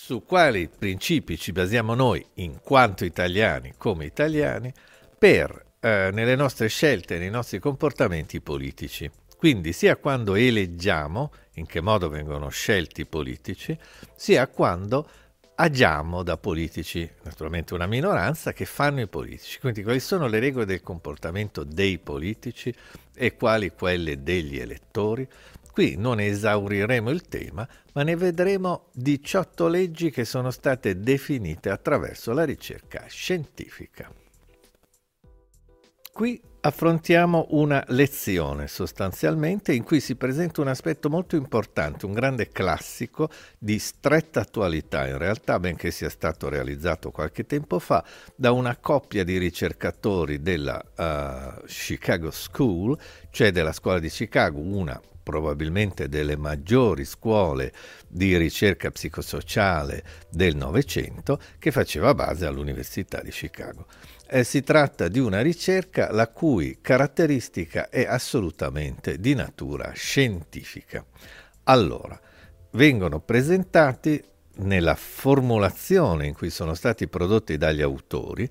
su quali principi ci basiamo noi in quanto italiani, come italiani, per nelle nostre scelte, nei nostri comportamenti politici. Quindi sia quando eleggiamo, in che modo vengono scelti i politici, sia quando agiamo da politici, naturalmente una minoranza, che fanno i politici. Quindi quali sono le regole del comportamento dei politici e quali quelle degli elettori. Qui non esauriremo il tema, ma ne vedremo 18 leggi che sono state definite attraverso la ricerca scientifica. Qui affrontiamo una lezione sostanzialmente in cui si presenta un aspetto molto importante, un grande classico di stretta attualità, in realtà benché sia stato realizzato qualche tempo fa da una coppia di ricercatori della Chicago School, cioè della scuola di Chicago, una probabilmente delle maggiori scuole di ricerca psicosociale del Novecento, che faceva base all'Università di Chicago. Si tratta di una ricerca la cui caratteristica è assolutamente di natura scientifica. Allora, vengono presentati nella formulazione in cui sono stati prodotti dagli autori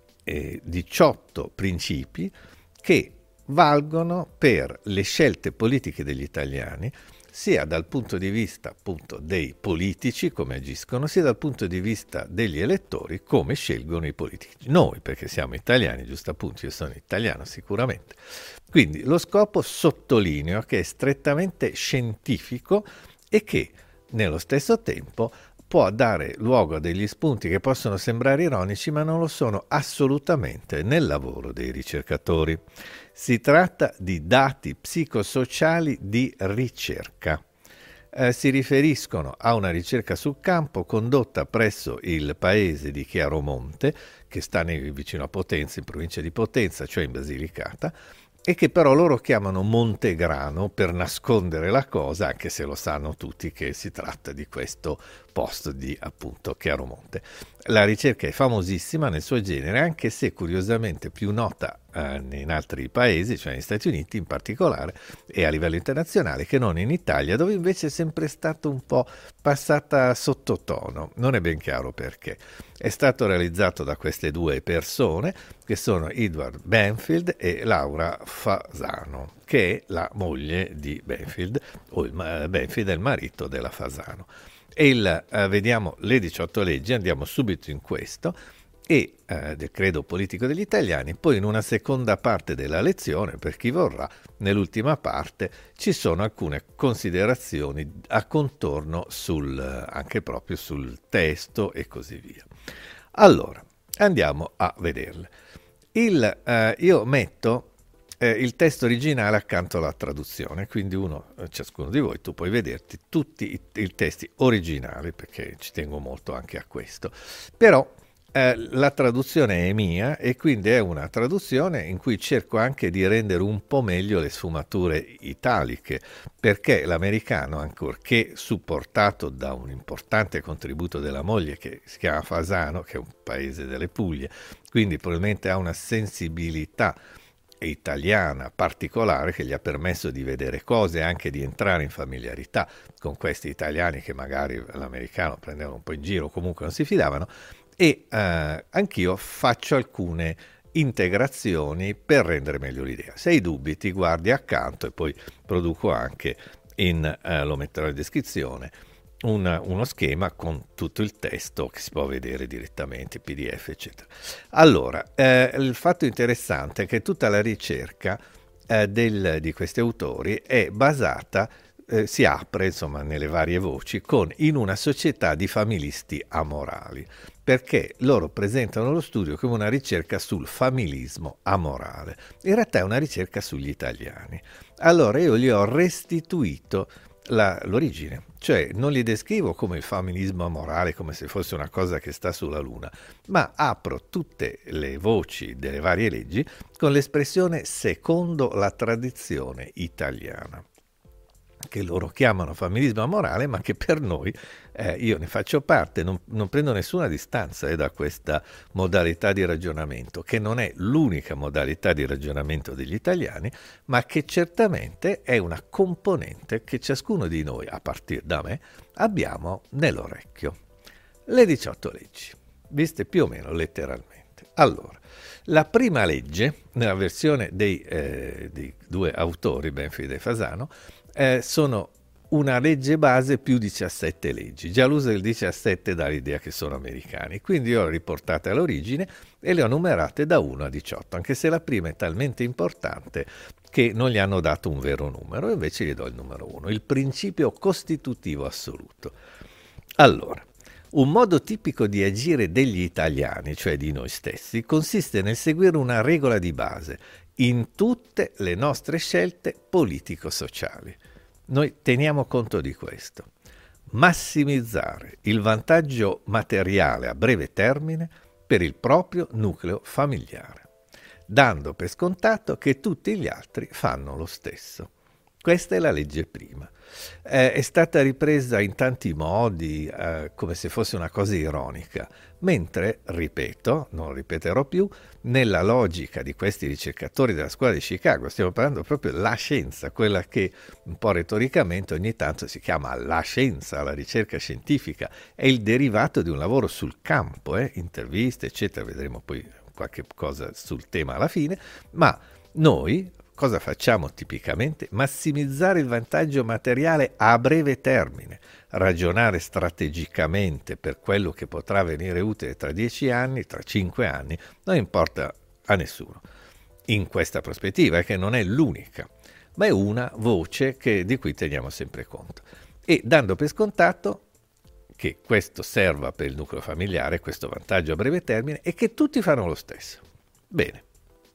18 principi che valgono per le scelte politiche degli italiani, sia dal punto di vista appunto dei politici, come agiscono, sia dal punto di vista degli elettori, come scelgono i politici. Noi, perché siamo italiani, giusto appunto, io sono italiano sicuramente. Quindi lo scopo, sottolineo, che è strettamente scientifico e che nello stesso tempo può dare luogo a degli spunti che possono sembrare ironici, ma non lo sono assolutamente nel lavoro dei ricercatori. Si tratta di dati psicosociali di ricerca. Si riferiscono a una ricerca sul campo condotta presso il paese di Chiaromonte, che sta vicino a Potenza, in provincia di Potenza, cioè in Basilicata, e che però loro chiamano Montegrano per nascondere la cosa, anche se lo sanno tutti che si tratta di questo posto di appunto Chiaromonte. La ricerca è famosissima nel suo genere, anche se curiosamente più nota in altri paesi, cioè negli Stati Uniti in particolare, e a livello internazionale, che non in Italia, dove invece è sempre stata un po' passata sottotono. Non è ben chiaro perché. È stato realizzato da queste due persone, che sono Edward Banfield e Laura Fasano, che è la moglie di Banfield, o Banfield è il marito della Fasano. E vediamo le 18 leggi, andiamo subito in questo, e del credo politico degli italiani. Poi in una seconda parte della lezione, per chi vorrà, nell'ultima parte ci sono alcune considerazioni a contorno anche proprio sul testo e così via. Allora, andiamo a vederle. Io metto il testo originale accanto alla traduzione, quindi ciascuno di voi, tu puoi vederti tutti i testi originali, perché ci tengo molto anche a questo. Però la traduzione è mia e quindi è una traduzione in cui cerco anche di rendere un po' meglio le sfumature italiche, perché l'americano, ancorché supportato da un importante contributo della moglie che si chiama Fasano, che è un paese delle Puglie, quindi probabilmente ha una sensibilità italiana particolare che gli ha permesso di vedere cose e anche di entrare in familiarità con questi italiani che magari l'americano prendevano un po' in giro, comunque non si fidavano. E anch'io faccio alcune integrazioni per rendere meglio l'idea. Se hai dubbi ti guardi accanto e poi produco anche, lo metterò in descrizione, uno schema con tutto il testo che si può vedere direttamente, PDF eccetera. Allora, il fatto interessante è che tutta la ricerca di questi autori è basata, si apre insomma nelle varie voci con in una società di familisti amorali, perché loro presentano lo studio come una ricerca sul familismo amorale. In realtà è una ricerca sugli italiani. Allora io gli ho restituito l'origine, cioè non li descrivo come il familismo amorale come se fosse una cosa che sta sulla luna, ma apro tutte le voci delle varie leggi con l'espressione secondo la tradizione italiana, che loro chiamano familismo amorale, ma che per noi, io ne faccio parte, non prendo nessuna distanza da questa modalità di ragionamento, che non è l'unica modalità di ragionamento degli italiani, ma che certamente è una componente che ciascuno di noi, a partire da me, abbiamo nell'orecchio. Le 18 leggi, viste più o meno letteralmente. Allora, la prima legge, nella versione dei due autori, Benfield e Fasano, sono una legge base più 17 leggi. Già l'uso del 17 dà l'idea che sono americani, quindi io le ho riportate all'origine e le ho numerate da 1 a 18, anche se la prima è talmente importante che non gli hanno dato un vero numero, invece gli do il numero 1, il principio costitutivo assoluto. Allora, un modo tipico di agire degli italiani, cioè di noi stessi, consiste nel seguire una regola di base in tutte le nostre scelte politico-sociali. Noi teniamo conto di questo. Massimizzare il vantaggio materiale a breve termine per il proprio nucleo familiare, dando per scontato che tutti gli altri fanno lo stesso. Questa è la legge prima. È stata ripresa in tanti modi, come se fosse una cosa ironica, mentre, ripeto, non ripeterò più, nella logica di questi ricercatori della scuola di Chicago, stiamo parlando proprio della scienza, quella che un po' retoricamente ogni tanto si chiama la scienza, la ricerca scientifica, è il derivato di un lavoro sul campo, interviste, eccetera, vedremo poi qualche cosa sul tema alla fine, ma noi cosa facciamo tipicamente? Massimizzare il vantaggio materiale a breve termine, ragionare strategicamente per quello che potrà venire utile tra 10 anni, tra 5 anni, non importa a nessuno. In questa prospettiva, che non è l'unica, ma è una voce di cui teniamo sempre conto. E dando per scontato che questo serva per il nucleo familiare, questo vantaggio a breve termine, e che tutti fanno lo stesso. Bene.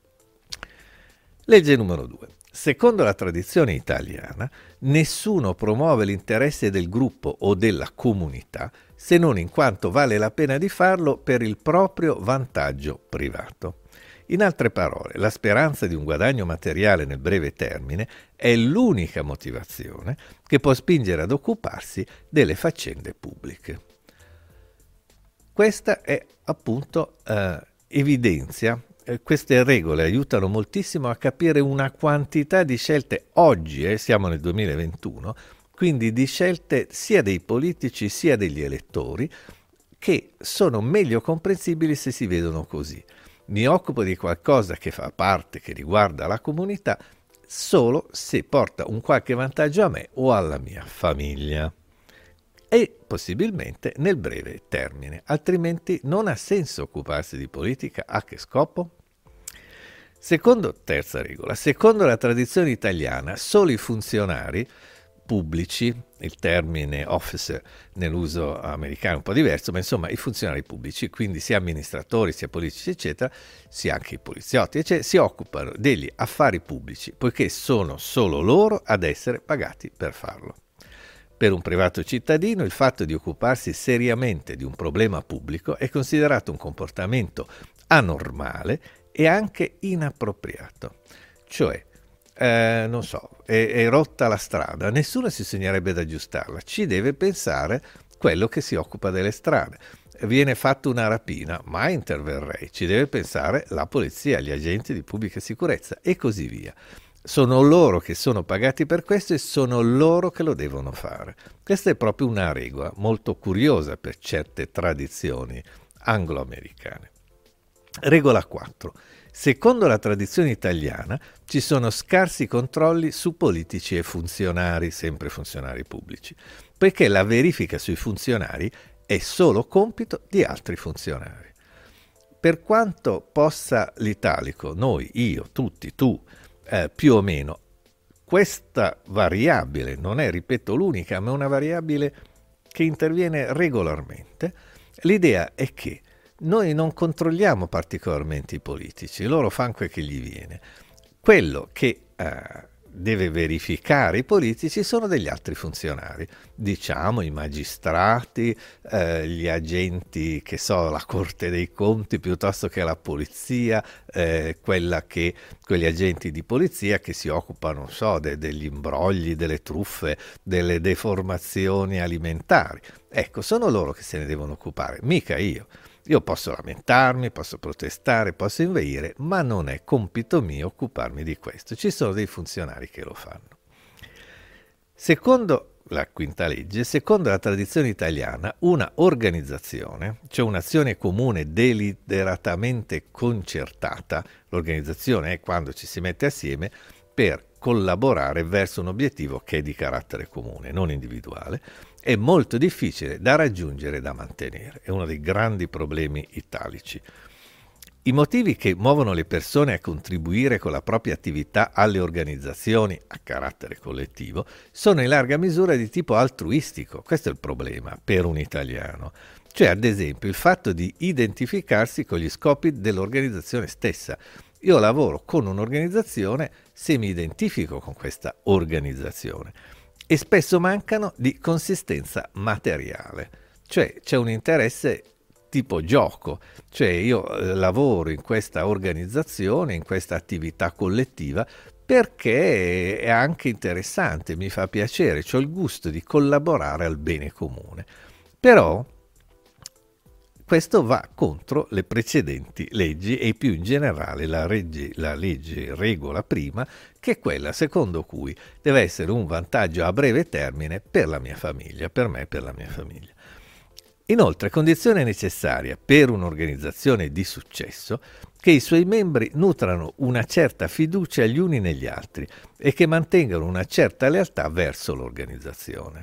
Legge numero 2. Secondo la tradizione italiana, nessuno promuove l'interesse del gruppo o della comunità se non in quanto vale la pena di farlo per il proprio vantaggio privato. In altre parole, la speranza di un guadagno materiale nel breve termine è l'unica motivazione che può spingere ad occuparsi delle faccende pubbliche. Questa è appunto evidenzia. Queste regole aiutano moltissimo a capire una quantità di scelte oggi, siamo nel 2021, quindi di scelte sia dei politici sia degli elettori, che sono meglio comprensibili se si vedono così. Mi occupo di qualcosa che fa parte, che riguarda la comunità, solo se porta un qualche vantaggio a me o alla mia famiglia. E possibilmente nel breve termine, altrimenti non ha senso occuparsi di politica. A che scopo? Terza regola, secondo la tradizione italiana, solo i funzionari pubblici, il termine officer nell'uso americano è un po' diverso, ma insomma i funzionari pubblici, quindi sia amministratori, sia politici, eccetera, sia anche i poliziotti, eccetera, si occupano degli affari pubblici, poiché sono solo loro ad essere pagati per farlo. Per un privato cittadino il fatto di occuparsi seriamente di un problema pubblico è considerato un comportamento anormale e anche inappropriato. Cioè, non so, è rotta la strada, nessuno si sognerebbe ad aggiustarla, ci deve pensare quello che si occupa delle strade. Viene fatta una rapina, mai interverrei, ci deve pensare la polizia, gli agenti di pubblica sicurezza e così via. Sono loro che sono pagati per questo e sono loro che lo devono fare. Questa è proprio una regola molto curiosa per certe tradizioni anglo-americane. Regola 4. Secondo la tradizione italiana ci sono scarsi controlli su politici e funzionari, sempre funzionari pubblici, poiché la verifica sui funzionari è solo compito di altri funzionari. Per quanto possa l'italico, noi, io, tutti, tu, più o meno, questa variabile non è, ripeto, l'unica, ma è una variabile che interviene regolarmente, l'idea è che noi non controlliamo particolarmente i politici, loro fanno quel che gli viene. Quello che deve verificare i politici sono degli altri funzionari, diciamo i magistrati, gli agenti, che so, la Corte dei Conti piuttosto che la polizia, quegli agenti di polizia che si occupano, non so, degli imbrogli, delle truffe, delle deformazioni alimentari. Ecco, sono loro che se ne devono occupare, mica io. Io posso lamentarmi, posso protestare, posso inveire, ma non è compito mio occuparmi di questo. Ci sono dei funzionari che lo fanno. Secondo la quinta legge, secondo la tradizione italiana, una organizzazione, cioè un'azione comune deliberatamente concertata, l'organizzazione è quando ci si mette assieme per collaborare verso un obiettivo che è di carattere comune, non individuale, è molto difficile da raggiungere e da mantenere. È uno dei grandi problemi italici. I motivi che muovono le persone a contribuire con la propria attività alle organizzazioni a carattere collettivo sono in larga misura di tipo altruistico. Questo è il problema per un italiano. Cioè, ad esempio, il fatto di identificarsi con gli scopi dell'organizzazione stessa. Io lavoro con un'organizzazione se mi identifico con questa organizzazione e spesso mancano di consistenza materiale. Cioè, c'è un interesse tipo gioco, cioè io lavoro in questa organizzazione, in questa attività collettiva perché è anche interessante, mi fa piacere, ho il gusto di collaborare al bene comune. Però questo va contro le precedenti leggi e più in generale la legge regola prima, che è quella secondo cui deve essere un vantaggio a breve termine per la mia famiglia, per me e per la mia famiglia. Inoltre, condizione necessaria per un'organizzazione di successo che i suoi membri nutrano una certa fiducia gli uni negli altri e che mantengano una certa lealtà verso l'organizzazione.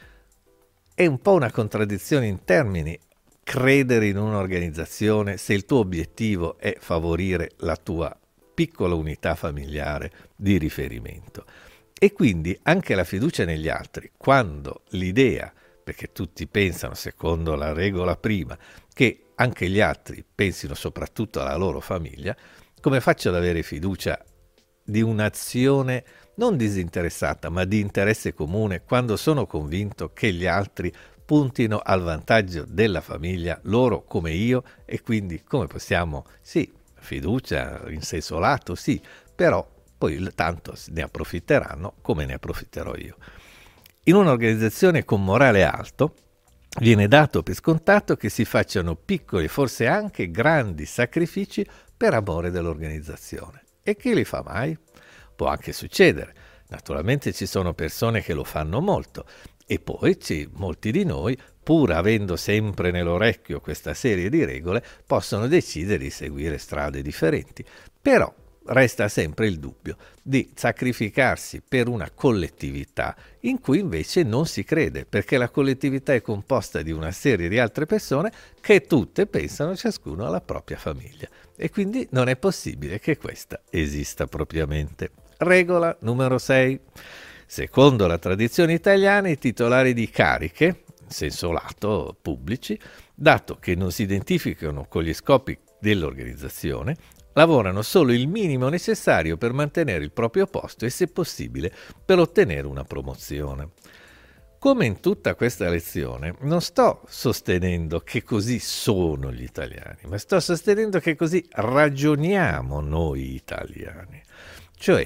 È un po' una contraddizione in termini credere in un'organizzazione se il tuo obiettivo è favorire la tua piccola unità familiare di riferimento. E quindi anche la fiducia negli altri, quando l'idea, perché tutti pensano, secondo la regola prima, che anche gli altri pensino soprattutto alla loro famiglia, come faccio ad avere fiducia di un'azione non disinteressata, ma di interesse comune, quando sono convinto che gli altri puntino al vantaggio della famiglia, loro come io, e quindi come possiamo, sì, fiducia in senso lato, sì, però poi tanto ne approfitteranno come ne approfitterò io. In un'organizzazione con morale alto viene dato per scontato che si facciano piccoli, forse anche grandi sacrifici per amore dell'organizzazione. E chi li fa mai? Può anche succedere. Naturalmente ci sono persone che lo fanno molto e poi molti di noi, pur avendo sempre nell'orecchio questa serie di regole, possono decidere di seguire strade differenti. Però resta sempre il dubbio di sacrificarsi per una collettività in cui invece non si crede, perché la collettività è composta di una serie di altre persone che tutte pensano ciascuno alla propria famiglia e quindi non è possibile che questa esista propriamente. Regola numero 6. Secondo la tradizione italiana, i titolari di cariche, in senso lato pubblici, dato che non si identificano con gli scopi dell'organizzazione, lavorano solo il minimo necessario per mantenere il proprio posto e, se possibile, per ottenere una promozione. Come in tutta questa lezione, non sto sostenendo che così sono gli italiani, ma sto sostenendo che così ragioniamo noi italiani. Cioè,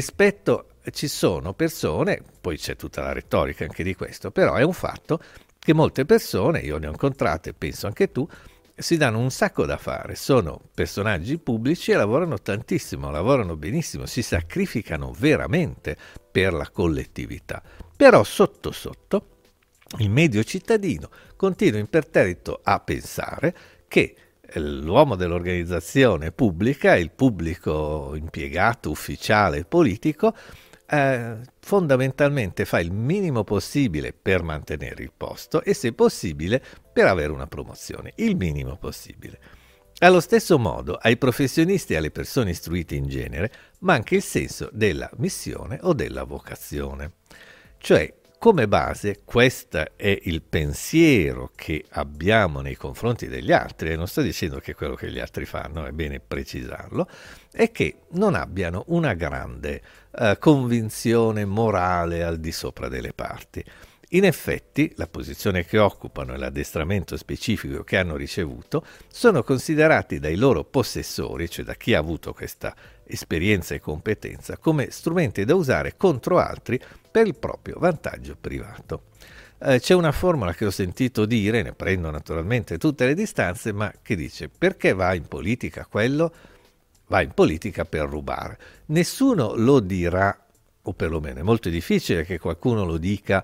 ci sono persone, poi c'è tutta la retorica anche di questo, però è un fatto che molte persone, io ne ho incontrate, penso anche tu, si danno un sacco da fare, sono personaggi pubblici e lavorano tantissimo, lavorano benissimo, si sacrificano veramente per la collettività. Però sotto sotto il medio cittadino continua imperterrito a pensare che l'uomo dell'organizzazione pubblica, il pubblico impiegato, ufficiale, politico, fondamentalmente fa il minimo possibile per mantenere il posto e, se possibile, per avere una promozione, il minimo possibile. Allo stesso modo, ai professionisti e alle persone istruite in genere manca il senso della missione o della vocazione. Cioè, come base, questo è il pensiero che abbiamo nei confronti degli altri, e non sto dicendo che quello che gli altri fanno, è bene precisarlo, è che non abbiano una grande convinzione morale al di sopra delle parti. In effetti, la posizione che occupano e l'addestramento specifico che hanno ricevuto sono considerati dai loro possessori, cioè da chi ha avuto questa esperienza e competenza, come strumenti da usare contro altri per il proprio vantaggio privato. C'è una formula che ho sentito dire, ne prendo naturalmente tutte le distanze, ma che dice: perché va in politica quello? Va in politica per rubare. Nessuno lo dirà, o perlomeno è molto difficile che qualcuno lo dica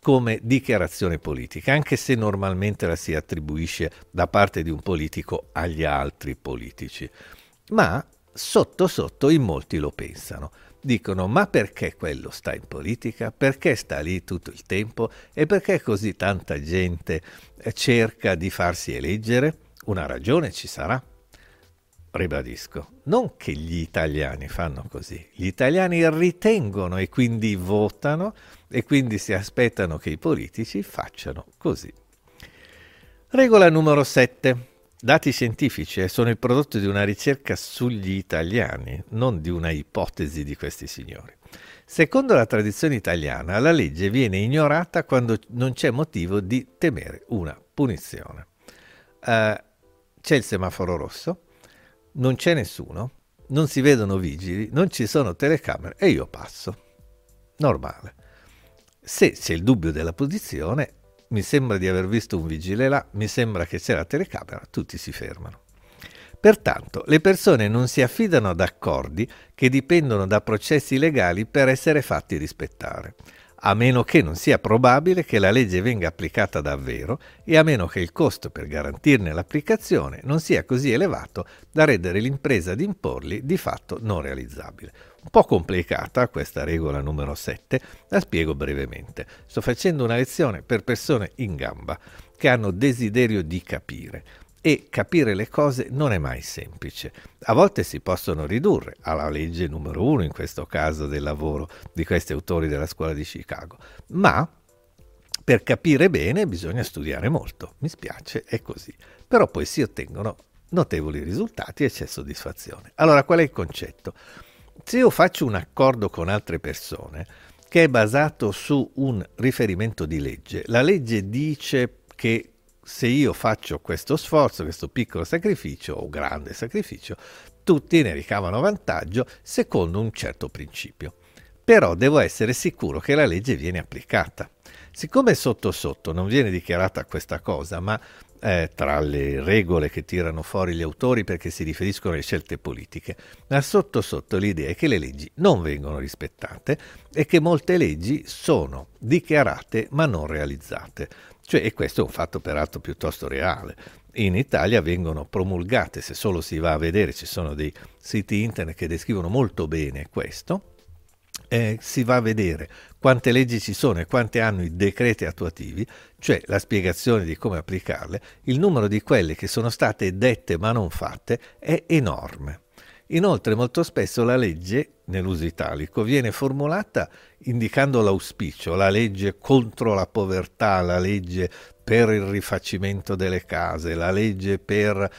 come dichiarazione politica, anche se normalmente la si attribuisce da parte di un politico agli altri politici. Ma sotto sotto in molti lo pensano. Dicono: ma perché quello sta in politica? Perché sta lì tutto il tempo? E perché così tanta gente cerca di farsi eleggere? Una ragione ci sarà. Ribadisco, non che gli italiani fanno così, gli italiani ritengono e quindi votano e quindi si aspettano che i politici facciano così. Regola numero 7. Dati scientifici sono il prodotto di una ricerca sugli italiani, non di una ipotesi di questi signori. Secondo la tradizione italiana, la legge viene ignorata quando non c'è motivo di temere una punizione. C'è il semaforo rosso, non c'è nessuno, non si vedono vigili, non ci sono telecamere e io passo. Normale. Se c'è il dubbio della posizione, mi sembra di aver visto un vigile là, mi sembra che c'è la telecamera, tutti si fermano. Pertanto, le persone non si affidano ad accordi che dipendono da processi legali per essere fatti rispettare, a meno che non sia probabile che la legge venga applicata davvero e a meno che il costo per garantirne l'applicazione non sia così elevato da rendere l'impresa di imporli di fatto non realizzabile. Un po' complicata questa regola numero 7, la spiego brevemente. Sto facendo una lezione per persone in gamba che hanno desiderio di capire. E capire le cose non è mai semplice. A volte si possono ridurre alla legge numero 1, in questo caso del lavoro di questi autori della scuola di Chicago, ma per capire bene bisogna studiare molto. Mi spiace, è così. Però poi si ottengono notevoli risultati e c'è soddisfazione. Allora, qual è il concetto? Se io faccio un accordo con altre persone che è basato su un riferimento di legge, la legge dice che se io faccio questo sforzo, questo piccolo sacrificio o grande sacrificio, tutti ne ricavano vantaggio secondo un certo principio. Però devo essere sicuro che la legge viene applicata. Siccome sotto sotto non viene dichiarata questa cosa, ma tra le regole che tirano fuori gli autori perché si riferiscono alle scelte politiche, ma sotto sotto l'idea è che le leggi non vengono rispettate e che molte leggi sono dichiarate ma non realizzate. E questo è un fatto peraltro piuttosto reale. In Italia vengono promulgate, se solo si va a vedere, ci sono dei siti internet che descrivono molto bene questo, si va a vedere quante leggi ci sono e quante hanno i decreti attuativi, cioè la spiegazione di come applicarle, il numero di quelle che sono state dette ma non fatte è enorme. Inoltre molto spesso la legge, nell'uso italico, viene formulata indicando l'auspicio, la legge contro la povertà, la legge per il rifacimento delle case, la legge per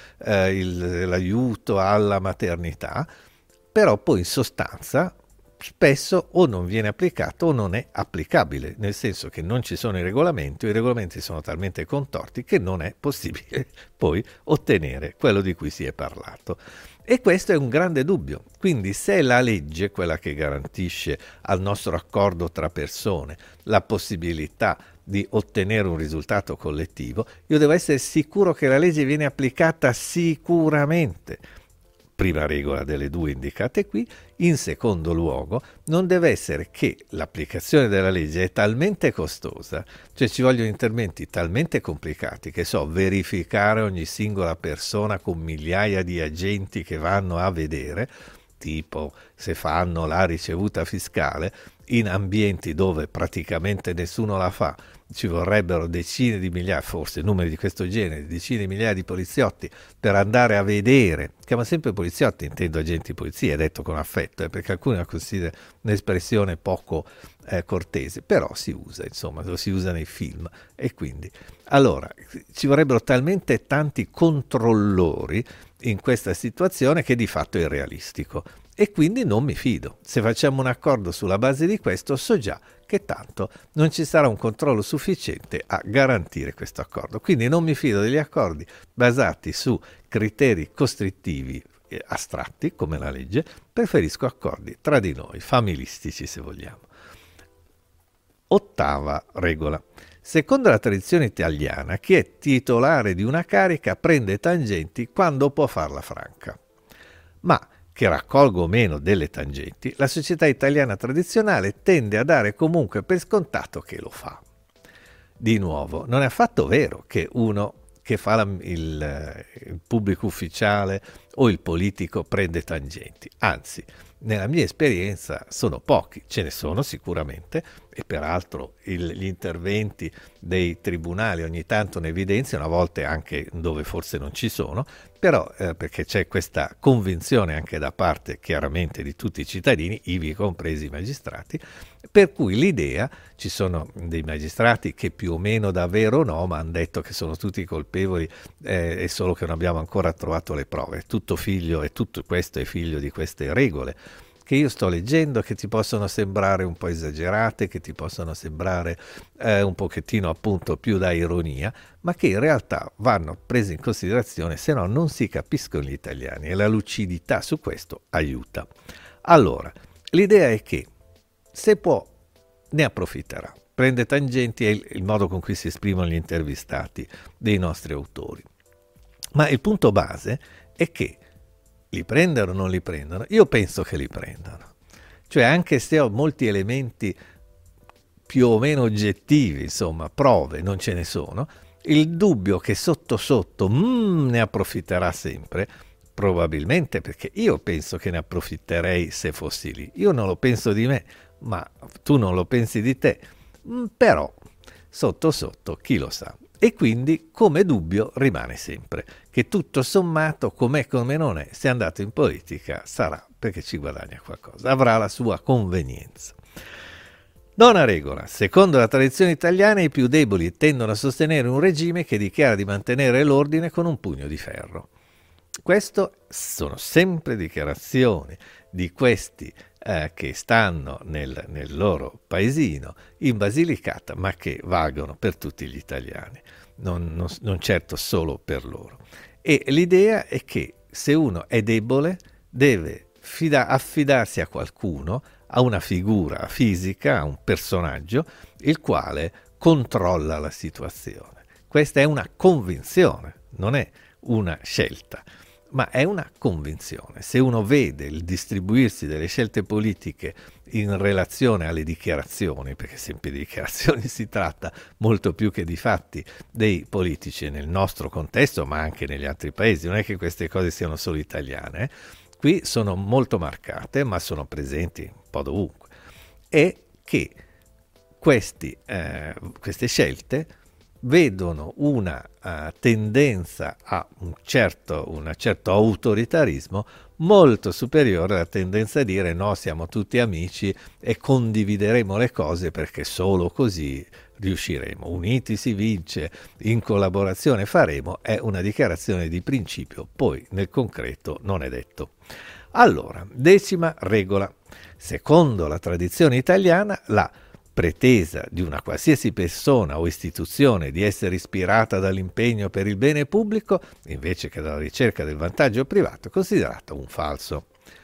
l'aiuto alla maternità, però poi in sostanza spesso o non viene applicato o non è applicabile, nel senso che non ci sono i regolamenti sono talmente contorti che non è possibile poi ottenere quello di cui si è parlato. E questo è un grande dubbio. Quindi se la legge, quella che garantisce al nostro accordo tra persone la possibilità di ottenere un risultato collettivo, io devo essere sicuro che la legge viene applicata sicuramente. Prima regola delle due indicate qui. In secondo luogo, non deve essere che l'applicazione della legge è talmente costosa, cioè ci vogliono interventi talmente complicati, che verificare ogni singola persona con migliaia di agenti che vanno a vedere, tipo se fanno la ricevuta fiscale, in ambienti dove praticamente nessuno la fa, ci vorrebbero decine di migliaia, forse numeri di questo genere, decine di migliaia di poliziotti per andare a vedere, chiamo sempre poliziotti, intendo agenti di polizia, detto con affetto, perché alcuni la considerano un'espressione poco cortese, però si usa, insomma, lo si usa nei film, e quindi, allora, ci vorrebbero talmente tanti controllori in questa situazione che di fatto è irrealistico. E quindi non mi fido. Se facciamo un accordo sulla base di questo, so già che tanto non ci sarà un controllo sufficiente a garantire questo accordo. Quindi non mi fido degli accordi basati su criteri costrittivi astratti, come la legge, preferisco accordi tra di noi, familistici se vogliamo. Ottava regola. Secondo la tradizione italiana, chi è titolare di una carica prende tangenti quando può farla franca. Ma che raccolgo o meno delle tangenti, la società italiana tradizionale tende a dare comunque per scontato che lo fa. di nuovo, non è affatto vero che uno che fa il pubblico ufficiale o il politico prende tangenti, anzi, nella mia esperienza sono pochi, ce ne sono sicuramente, e peraltro gli interventi dei tribunali ogni tanto ne evidenziano, a volte anche dove forse non ci sono, però perché c'è questa convinzione anche da parte chiaramente di tutti i cittadini, ivi compresi i magistrati, per cui l'idea, ci sono dei magistrati che più o meno davvero no, ma hanno detto che sono tutti colpevoli, è solo che non abbiamo ancora trovato le prove, tutto figlio e tutto questo è figlio di queste regole che io sto leggendo, che ti possono sembrare un po' esagerate, che ti possono sembrare un pochettino appunto più da ironia, ma che in realtà vanno prese in considerazione, se no non si capiscono gli italiani e la lucidità su questo aiuta. Allora, l'idea è che se può ne approfitterà, prende tangenti è il modo con cui si esprimono gli intervistati dei nostri autori. Ma il punto base è che li prendono o non li prendono? Io penso che li prendano. Cioè, anche se ho molti elementi più o meno oggettivi, insomma, prove, non ce ne sono, il dubbio che sotto sotto ne approfitterà sempre, probabilmente perché io penso che ne approfitterei se fossi lì. Io non lo penso di me, ma tu non lo pensi di te. Però, sotto sotto, chi lo sa. E quindi come dubbio rimane sempre che tutto sommato, com'è come non è, se è andato in politica sarà perché ci guadagna qualcosa, avrà la sua convenienza. Nona regola. Secondo la tradizione italiana i più deboli tendono a sostenere un regime che dichiara di mantenere l'ordine con un pugno di ferro. Questo sono sempre dichiarazioni di questi che stanno nel loro paesino in Basilicata, ma che valgono per tutti gli italiani, non certo solo per loro. E l'idea è che se uno è debole deve affidarsi a qualcuno, a una figura fisica, a un personaggio, il quale controlla la situazione. Questa è una convinzione, non è una scelta, ma è una convinzione. Se uno vede il distribuirsi delle scelte politiche in relazione alle dichiarazioni, perché sempre di dichiarazioni si tratta molto più che di fatti dei politici nel nostro contesto, ma anche negli altri paesi, non è che queste cose siano solo italiane, qui sono molto marcate, ma sono presenti un po' dovunque, e che queste scelte vedono una tendenza a un certo autoritarismo molto superiore alla tendenza a dire no, siamo tutti amici e condivideremo le cose perché solo così riusciremo. Uniti si vince, in collaborazione faremo, è una dichiarazione di principio, poi nel concreto non è detto. Allora, 10ª regola. Secondo la tradizione italiana, la pretesa di una qualsiasi persona o istituzione di essere ispirata dall'impegno per il bene pubblico, invece che dalla ricerca del vantaggio privato, è considerata un falso.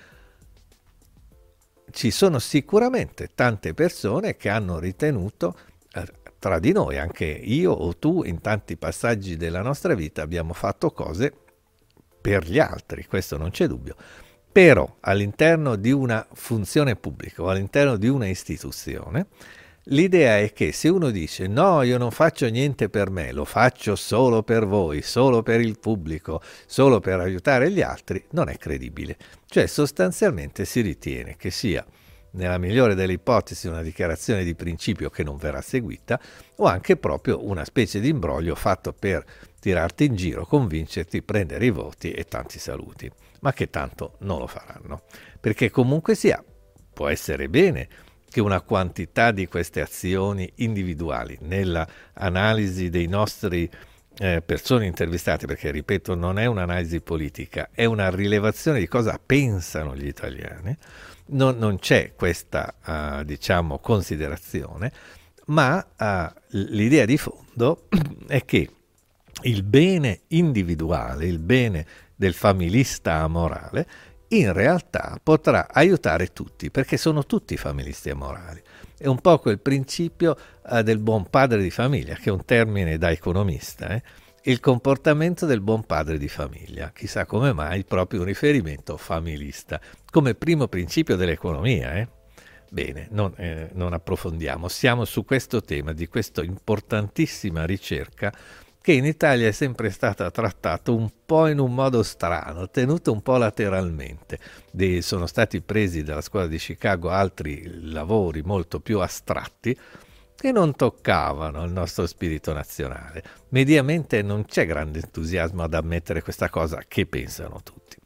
Ci sono sicuramente tante persone che hanno ritenuto, tra di noi, anche io o tu, in tanti passaggi della nostra vita abbiamo fatto cose per gli altri, questo non c'è dubbio, però all'interno di una funzione pubblica o all'interno di una istituzione, l'idea è che se uno dice no, io non faccio niente per me, lo faccio solo per voi, solo per il pubblico, solo per aiutare gli altri, non è credibile. Cioè sostanzialmente si ritiene che sia, nella migliore delle ipotesi, una dichiarazione di principio che non verrà seguita o anche proprio una specie di imbroglio fatto per tirarti in giro, convincerti, prendere i voti e tanti saluti, ma che tanto non lo faranno. Perché comunque sia, può essere bene che una quantità di queste azioni individuali nella analisi dei nostri persone intervistate, perché ripeto non è un'analisi politica, è una rilevazione di cosa pensano gli italiani, non c'è questa considerazione, ma l'idea di fondo è che il bene individuale, il bene del familista amorale, in realtà potrà aiutare tutti, perché sono tutti familisti amorali. È un po' quel principio del buon padre di famiglia, che è un termine da economista, il comportamento del buon padre di famiglia. Chissà come mai proprio un riferimento familista, come primo principio dell'economia, bene, non approfondiamo. Siamo su questo tema di questa importantissima ricerca che in Italia è sempre stata trattata un po' in un modo strano, tenuta un po' lateralmente. Sono stati presi dalla scuola di Chicago altri lavori molto più astratti che non toccavano il nostro spirito nazionale. Mediamente non c'è grande entusiasmo ad ammettere questa cosa che pensano tutti.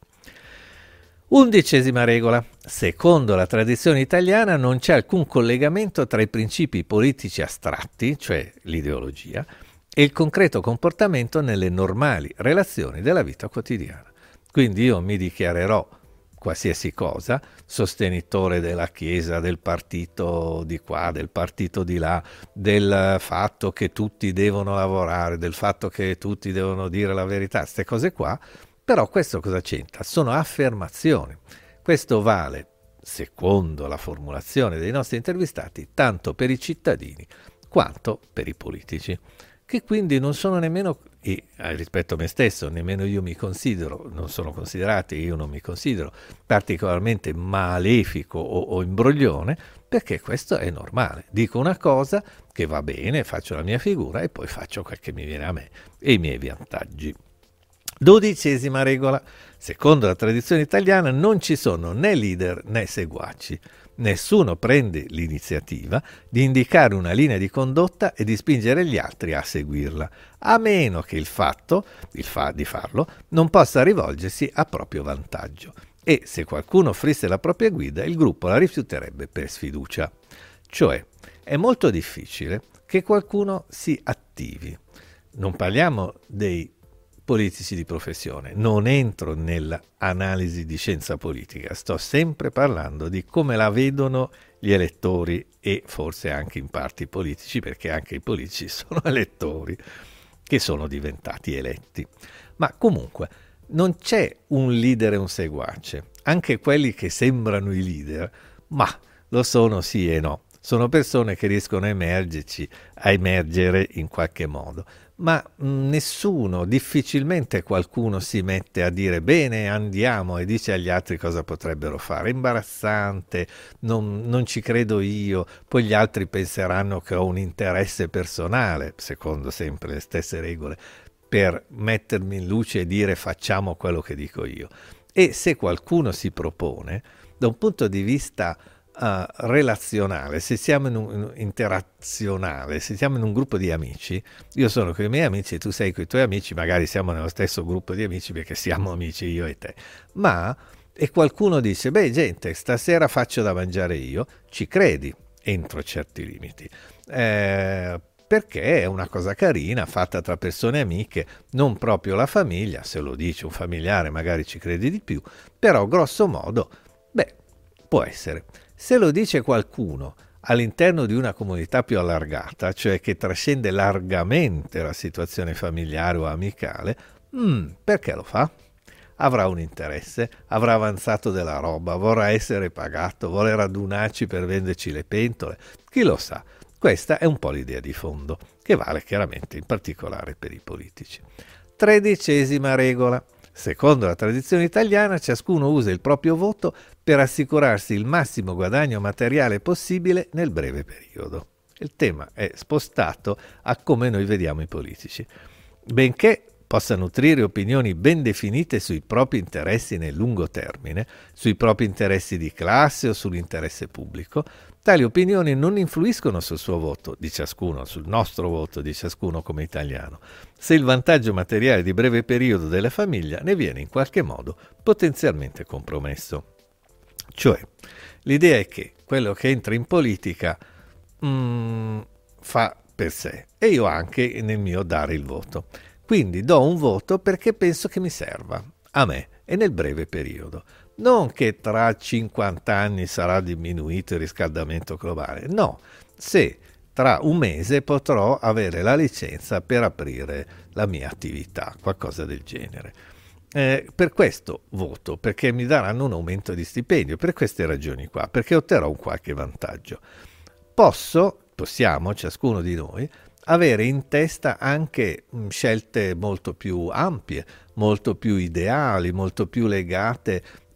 11ª regola. Secondo la tradizione italiana non c'è alcun collegamento tra i principi politici astratti, cioè l'ideologia, e il concreto comportamento nelle normali relazioni della vita quotidiana. Quindi io mi dichiarerò qualsiasi cosa, sostenitore della Chiesa, del partito di qua, del partito di là, del fatto che tutti devono lavorare, del fatto che tutti devono dire la verità, queste cose qua, però questo cosa c'entra? Sono affermazioni. Questo vale, secondo la formulazione dei nostri intervistati, tanto per i cittadini quanto per i politici, che quindi non sono nemmeno, e rispetto a me stesso, nemmeno io mi considero, non sono considerati, io non mi considero particolarmente malefico o imbroglione, perché questo è normale. Dico una cosa che va bene, faccio la mia figura e poi faccio quel che mi viene a me e i miei vantaggi. 12ª regola. Secondo la tradizione italiana non ci sono né leader né seguaci. Nessuno prende l'iniziativa di indicare una linea di condotta e di spingere gli altri a seguirla, a meno che il fatto di farlo non possa rivolgersi a proprio vantaggio. E se qualcuno offrisse la propria guida, il gruppo la rifiuterebbe per sfiducia. Cioè, è molto difficile che qualcuno si attivi. Non parliamo dei politici di professione, non entro nell'analisi di scienza politica, sto sempre parlando di come la vedono gli elettori e forse anche in parte i politici, perché anche i politici sono elettori che sono diventati eletti. Ma comunque non c'è un leader e un seguace, anche quelli che sembrano i leader, ma lo sono sì e no. Sono persone che riescono a emergere in qualche modo, ma nessuno, difficilmente qualcuno si mette a dire bene andiamo e dice agli altri cosa potrebbero fare. È imbarazzante, non ci credo io, poi gli altri penseranno che ho un interesse personale, secondo sempre le stesse regole, per mettermi in luce e dire facciamo quello che dico io. E se qualcuno si propone, da un punto di vista relazionale, se siamo interazionale, se siamo in un gruppo di amici, io sono con i miei amici e tu sei con i tuoi amici, magari siamo nello stesso gruppo di amici perché siamo amici io e te, ma e qualcuno dice beh gente stasera faccio da mangiare io, ci credi entro certi limiti, perché è una cosa carina fatta tra persone amiche, non proprio la famiglia, se lo dice un familiare magari ci credi di più, però grosso modo beh può essere. Se lo dice qualcuno all'interno di una comunità più allargata, cioè che trascende largamente la situazione familiare o amicale, perché lo fa? Avrà un interesse, avrà avanzato della roba, vorrà essere pagato, vuole radunarci per venderci le pentole, chi lo sa. Questa è un po' l'idea di fondo, che vale chiaramente in particolare per i politici. 13ª regola. Secondo la tradizione italiana, ciascuno usa il proprio voto per assicurarsi il massimo guadagno materiale possibile nel breve periodo. Il tema è spostato a come noi vediamo i politici. Benché possa nutrire opinioni ben definite sui propri interessi nel lungo termine, sui propri interessi di classe o sull'interesse pubblico, tali opinioni non influiscono sul suo voto di ciascuno, sul nostro voto di ciascuno come italiano, se il vantaggio materiale di breve periodo della famiglia ne viene in qualche modo potenzialmente compromesso. Cioè, l'idea è che quello che entra in politica fa per sé e io anche nel mio dare il voto. Quindi do un voto perché penso che mi serva, a me e nel breve periodo. Non che tra 50 anni sarà diminuito il riscaldamento globale, no, se tra un mese potrò avere la licenza per aprire la mia attività, qualcosa del genere. Per questo voto, perché mi daranno un aumento di stipendio, per queste ragioni qua, perché otterrò un qualche vantaggio. Possiamo, ciascuno di noi, avere in testa anche scelte molto più ampie, molto più ideali, molto più legate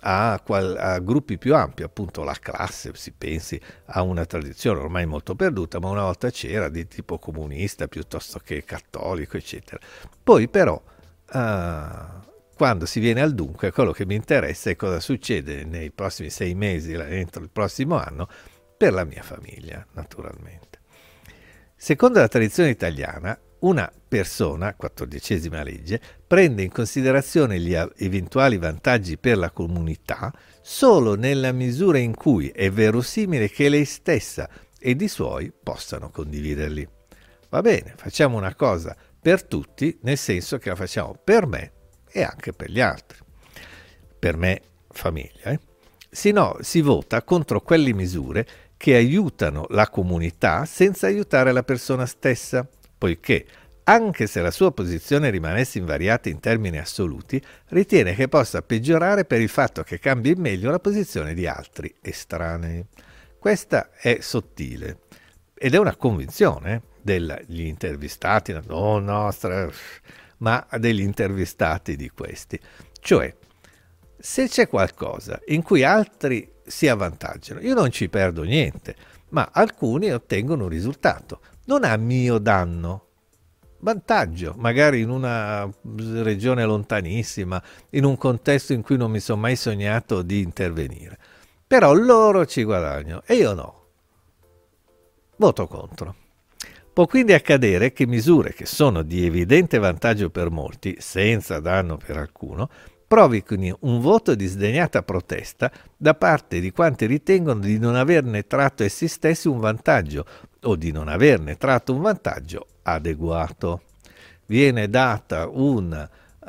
a gruppi più ampi, appunto la classe, si pensi a una tradizione ormai molto perduta, ma una volta c'era, di tipo comunista piuttosto che cattolico, eccetera. Poi però, quando si viene al dunque, quello che mi interessa è cosa succede nei prossimi 6 mesi, entro il prossimo anno, per la mia famiglia, naturalmente. Secondo la tradizione italiana, una persona, 14ª legge, prende in considerazione gli eventuali vantaggi per la comunità solo nella misura in cui è verosimile che lei stessa ed i suoi possano condividerli. Va bene, facciamo una cosa per tutti, nel senso che la facciamo per me e anche per gli altri. Per me, famiglia. Se no, si vota contro quelle misure che aiutano la comunità senza aiutare la persona stessa, poiché, anche se la sua posizione rimanesse invariata in termini assoluti, ritiene che possa peggiorare per il fatto che cambi in meglio la posizione di altri estranei. Questa è sottile ed è una convinzione degli intervistati, non nostra, ma degli intervistati di questi. Cioè, se c'è qualcosa in cui altri si avvantaggiano, io non ci perdo niente, ma alcuni ottengono un risultato, non a mio danno. Vantaggio, magari in una regione lontanissima, in un contesto in cui non mi sono mai sognato di intervenire. Però loro ci guadagnano e io no. Voto contro. Può quindi accadere che misure che sono di evidente vantaggio per molti, senza danno per alcuno, provochino un voto di sdegnata protesta da parte di quanti ritengono di non averne tratto essi stessi un vantaggio o di non averne tratto un vantaggio adeguato. Viene data una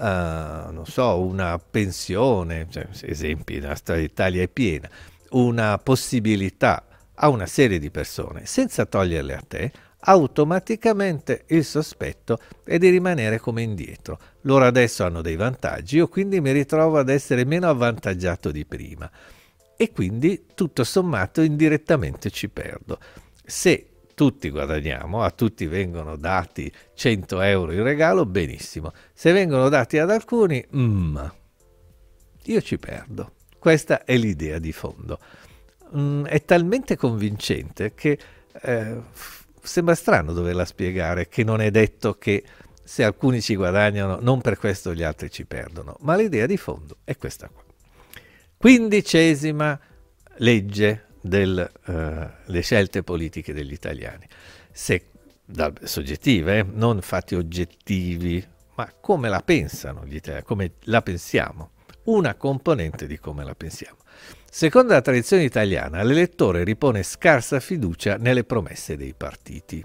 pensione, cioè, esempi, la storia d'Italia è piena, una possibilità a una serie di persone senza toglierle a te, automaticamente il sospetto è di rimanere come indietro. Loro adesso hanno dei vantaggi, io quindi mi ritrovo ad essere meno avvantaggiato di prima e quindi tutto sommato indirettamente ci perdo. Se tutti guadagniamo, a tutti vengono dati 100 euro in regalo, benissimo. Se vengono dati ad alcuni, io ci perdo. Questa è l'idea di fondo. È talmente convincente che sembra strano doverla spiegare, che non è detto che se alcuni ci guadagnano, non per questo gli altri ci perdono, ma l'idea di fondo è questa qua. 15ª legge delle scelte politiche degli italiani, soggettive, non fatti oggettivi, ma come la pensano gli italiani, come la pensiamo, una componente di come la pensiamo. Secondo la tradizione italiana, l'elettore ripone scarsa fiducia nelle promesse dei partiti.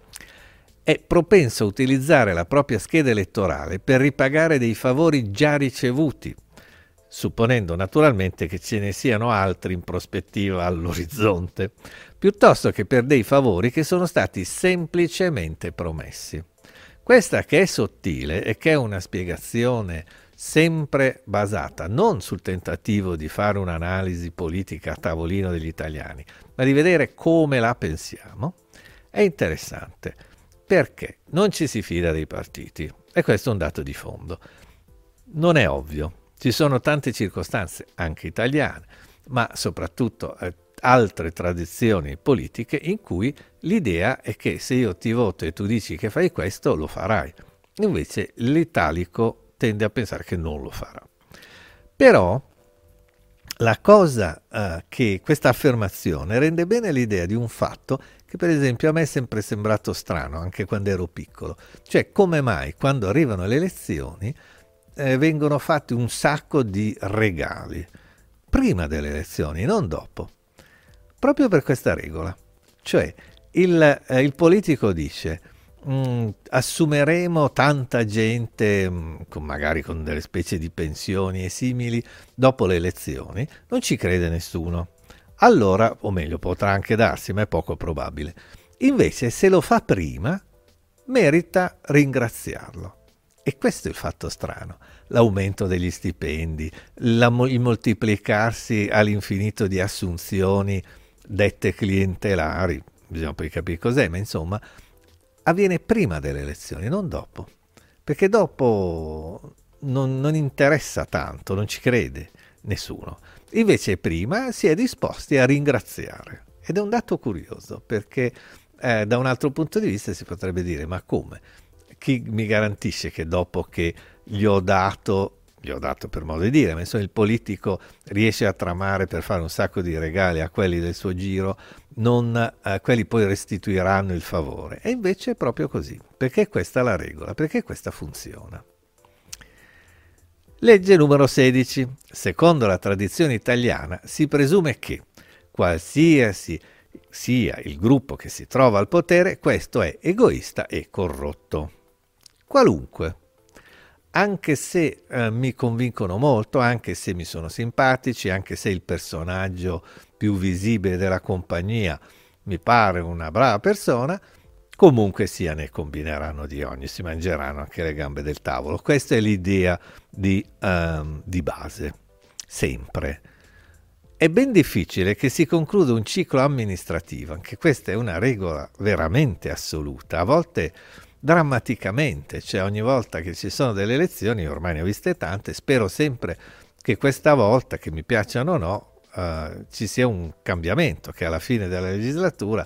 È propenso a utilizzare la propria scheda elettorale per ripagare dei favori già ricevuti, supponendo naturalmente che ce ne siano altri in prospettiva all'orizzonte, piuttosto che per dei favori che sono stati semplicemente promessi. Questa che è sottile e che è una spiegazione sempre basata non sul tentativo di fare un'analisi politica a tavolino degli italiani, ma di vedere come la pensiamo, è interessante perché non ci si fida dei partiti e questo è un dato di fondo. Non è ovvio, ci sono tante circostanze, anche italiane, ma soprattutto altre tradizioni politiche in cui l'idea è che se io ti voto e tu dici che fai questo, lo farai. Invece l'italico tende a pensare che non lo farà. Però la cosa che questa affermazione rende bene l'idea di un fatto che per esempio a me è sempre sembrato strano anche quando ero piccolo, cioè come mai quando arrivano le elezioni vengono fatti un sacco di regali prima delle elezioni, non dopo, proprio per questa regola, cioè il politico dice assumeremo tanta gente, magari con delle specie di pensioni e simili, dopo le elezioni, non ci crede nessuno. Allora, o meglio, potrà anche darsi, ma è poco probabile. Invece, se lo fa prima, merita ringraziarlo. E questo è il fatto strano. L'aumento degli stipendi, il moltiplicarsi all'infinito di assunzioni dette clientelari, bisogna poi capire cos'è, ma insomma, avviene prima delle elezioni, non dopo, perché dopo non interessa tanto, non ci crede, Nessuno. Invece prima si è disposti a ringraziare. Ed è un dato curioso, perché da un altro punto di vista si potrebbe dire, ma come? Chi mi garantisce che dopo che gli ho dato per modo di dire, ma insomma il politico riesce a tramare per fare un sacco di regali a quelli del suo giro, quelli poi restituiranno il favore. E invece è proprio così, perché questa è la regola, perché questa funziona. Legge numero 16. Secondo la tradizione italiana si presume che qualsiasi sia il gruppo che si trova al potere, questo è egoista e corrotto. Qualunque. Anche se mi convincono molto, anche se mi sono simpatici, anche se il personaggio più visibile della compagnia mi pare una brava persona, comunque sia ne combineranno di ogni, si mangeranno anche le gambe del tavolo. Questa è l'idea di base, sempre. È ben difficile che si concluda un ciclo amministrativo, anche questa è una regola veramente assoluta, a volte drammaticamente, cioè ogni volta che ci sono delle elezioni, ormai ne ho viste tante, spero sempre che questa volta, che mi piacciono o no, ci sia un cambiamento, che alla fine della legislatura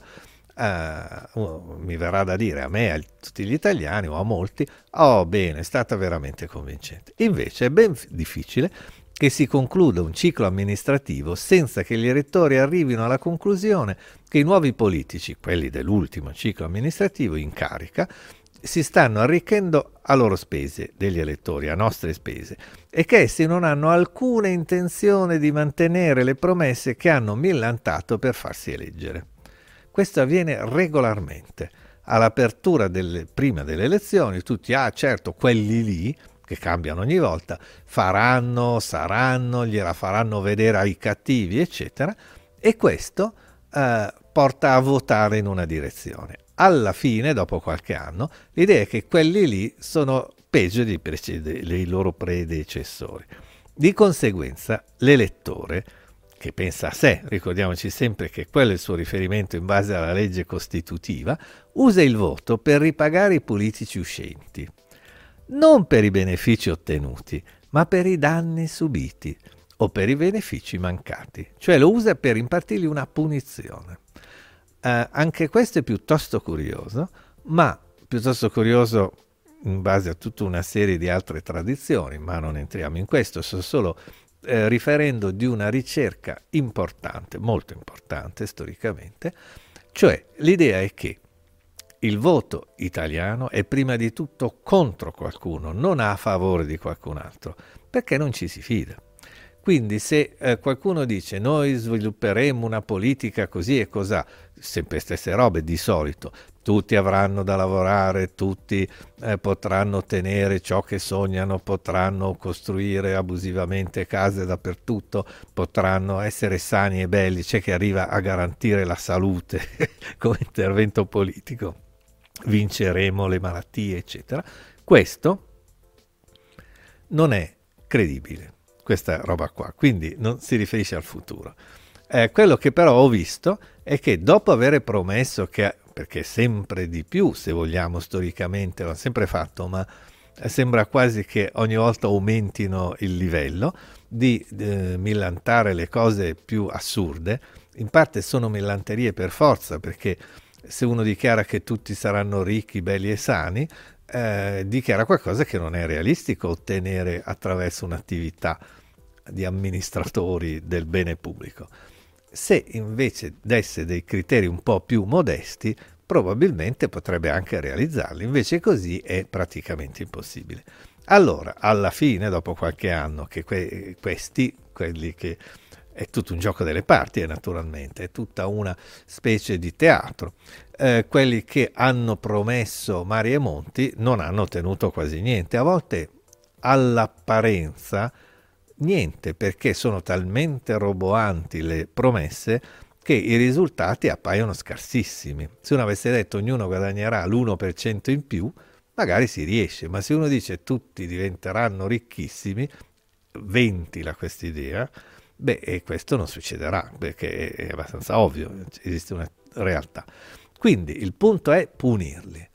mi verrà da dire a me, a tutti gli italiani o a molti, oh bene, è stata veramente convincente. Invece è ben difficile che si concluda un ciclo amministrativo senza che gli elettori arrivino alla conclusione che i nuovi politici, quelli dell'ultimo ciclo amministrativo in carica, si stanno arricchendo a loro spese, degli elettori, a nostre spese, e che essi non hanno alcuna intenzione di mantenere le promesse che hanno millantato per farsi eleggere. Questo avviene regolarmente. All'apertura prima delle elezioni, tutti, certo, quelli lì, che cambiano ogni volta, faranno, saranno, gliela faranno vedere ai cattivi, eccetera, e questo porta a votare in una direzione. Alla fine, dopo qualche anno, l'idea è che quelli lì sono peggio dei loro predecessori. Di conseguenza, l'elettore, che pensa a sé, ricordiamoci sempre che quello è il suo riferimento in base alla legge costitutiva, usa il voto per ripagare i politici uscenti. Non per i benefici ottenuti, ma per i danni subiti o per i benefici mancati. Cioè lo usa per impartirgli una punizione. Anche questo è piuttosto curioso, ma piuttosto curioso in base a tutta una serie di altre tradizioni, ma non entriamo in questo, sto solo riferendo di una ricerca importante, molto importante storicamente, cioè l'idea è che il voto italiano è prima di tutto contro qualcuno, non a favore di qualcun altro, perché non ci si fida. Quindi se qualcuno dice noi svilupperemo una politica così e cosà, sempre stesse robe di solito, tutti avranno da lavorare, tutti potranno ottenere ciò che sognano, potranno costruire abusivamente case dappertutto, potranno essere sani e belli, c'è chi arriva a garantire la salute come intervento politico, vinceremo le malattie, eccetera. Questo non è credibile. Questa roba qua, quindi non si riferisce al futuro. Quello che però ho visto è che dopo aver promesso che, perché sempre di più, se vogliamo storicamente, l'ho sempre fatto, ma sembra quasi che ogni volta aumentino il livello, di millantare le cose più assurde, in parte sono millanterie per forza, perché se uno dichiara che tutti saranno ricchi, belli e sani, dichiara qualcosa che non è realistico ottenere attraverso un'attività di amministratori del bene pubblico. Se invece desse dei criteri un po' più modesti, probabilmente potrebbe anche realizzarli, invece così è praticamente impossibile. Allora, alla fine, dopo qualche anno, che quelli che è tutto un gioco delle parti, naturalmente, è tutta una specie di teatro. Quelli che hanno promesso mari e monti non hanno ottenuto quasi niente, a volte all'apparenza niente, perché sono talmente roboanti le promesse che i risultati appaiono scarsissimi. Se uno avesse detto ognuno guadagnerà l'1% in più, magari si riesce, ma se uno dice tutti diventeranno ricchissimi, ventila quest'idea, e questo non succederà, perché è abbastanza ovvio, esiste una realtà. Quindi il punto è punirli,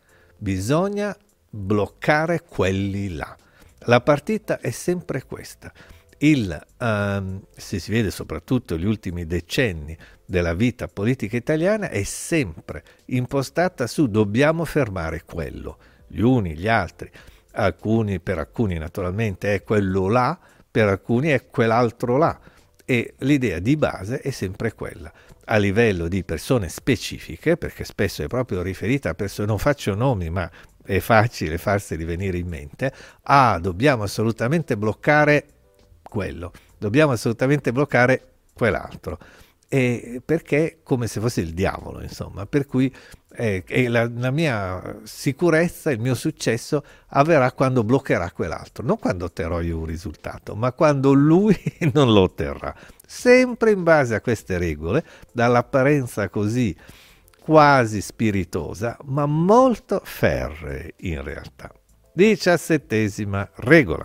bisogna bloccare quelli là. La partita è sempre questa. se si vede soprattutto gli ultimi decenni della vita politica italiana, è sempre impostata su dobbiamo fermare quello, gli uni, gli altri, per alcuni naturalmente è quello là, per alcuni è quell'altro là, e l'idea di base è sempre quella, a livello di persone specifiche, perché spesso è proprio riferita a persone, non faccio nomi, ma è facile farseli venire in mente, dobbiamo assolutamente bloccare quello, dobbiamo assolutamente bloccare quell'altro, perché come se fosse il diavolo, insomma, per cui la mia sicurezza, il mio successo avverrà quando bloccherà quell'altro, non quando otterrò io un risultato, ma quando lui non lo otterrà, sempre in base a queste regole, dall'apparenza così quasi spiritosa, ma molto ferree in realtà. 17ª regola.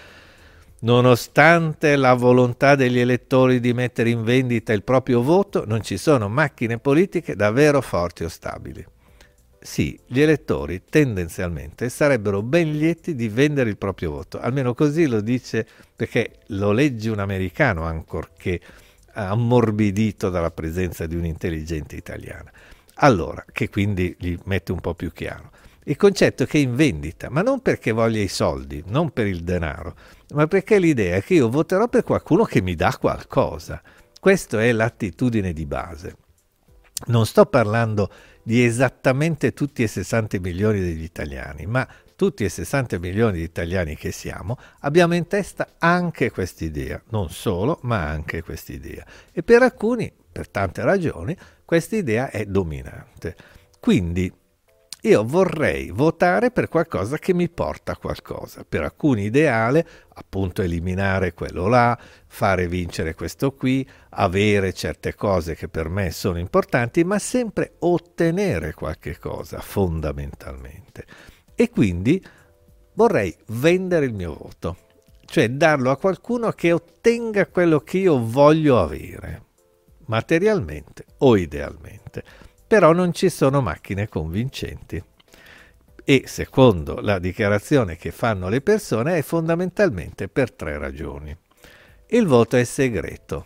Nonostante la volontà degli elettori di mettere in vendita il proprio voto, non ci sono macchine politiche davvero forti o stabili. Sì, gli elettori tendenzialmente sarebbero ben lieti di vendere il proprio voto, almeno così lo dice, perché lo legge un americano ancorché ammorbidito dalla presenza di un'intelligente italiana. Allora, che quindi gli mette un po' più chiaro. Il concetto è che è in vendita, ma non perché voglia i soldi, non per il denaro, ma perché l'idea è che io voterò per qualcuno che mi dà qualcosa. Questa è l'attitudine di base. Non sto parlando di esattamente tutti e 60 milioni degli italiani, ma tutti e 60 milioni di italiani che siamo, abbiamo in testa anche quest'idea, non solo, ma anche quest'idea. E per alcuni, per tante ragioni, quest'idea è dominante. Quindi io vorrei votare per qualcosa che mi porta a qualcosa. Per alcuni ideale, appunto eliminare quello là, fare vincere questo qui, avere certe cose che per me sono importanti, ma sempre ottenere qualche cosa fondamentalmente. E quindi vorrei vendere il mio voto, cioè darlo a qualcuno che ottenga quello che io voglio avere, materialmente o idealmente. Però non ci sono macchine convincenti. E secondo la dichiarazione che fanno le persone è fondamentalmente per 3 ragioni. Il voto è segreto.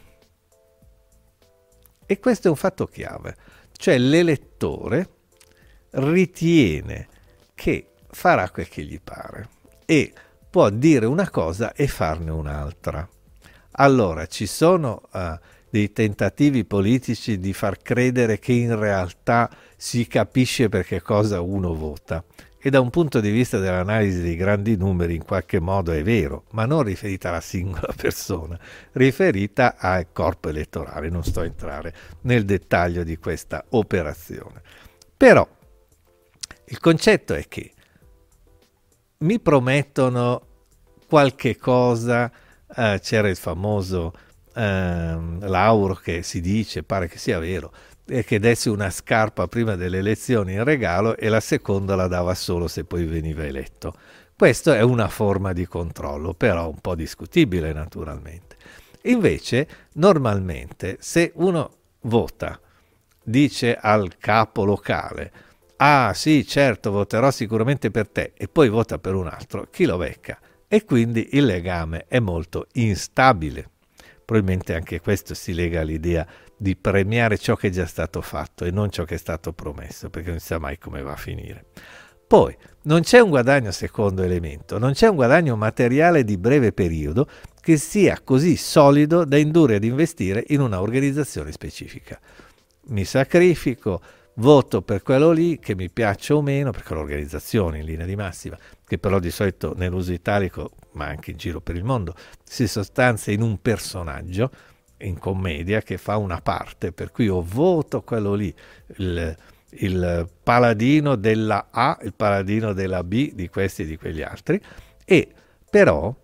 E questo è un fatto chiave. Cioè l'elettore ritiene che farà quel che gli pare e può dire una cosa e farne un'altra. Allora ci sono dei tentativi politici di far credere che in realtà si capisce per che cosa uno vota. E da un punto di vista dell'analisi dei grandi numeri in qualche modo è vero, ma non riferita alla singola persona, riferita al corpo elettorale. Non sto a entrare nel dettaglio di questa operazione. Però il concetto è che mi promettono qualche cosa, c'era il famoso Lauro che si dice, pare che sia vero, che desse una scarpa prima delle elezioni in regalo e la seconda la dava solo se poi veniva eletto. Questo è una forma di controllo, però un po' discutibile naturalmente. Invece, normalmente, se uno vota, dice al capo locale, sì, certo, voterò sicuramente per te, e poi vota per un altro, chi lo becca? E quindi il legame è molto instabile. Probabilmente anche questo si lega all'idea di premiare ciò che è già stato fatto e non ciò che è stato promesso, perché non si sa mai come va a finire. Poi, non c'è un guadagno, secondo elemento, non c'è un guadagno materiale di breve periodo che sia così solido da indurre ad investire in una organizzazione specifica. Mi sacrifico, voto per quello lì che mi piace o meno, perché l'organizzazione in linea di massima, che però di solito nell'uso italico, ma anche in giro per il mondo, si sostanzia in un personaggio, in commedia, che fa una parte, per cui io voto quello lì, il paladino della A, il paladino della B, di questi e di quegli altri, e però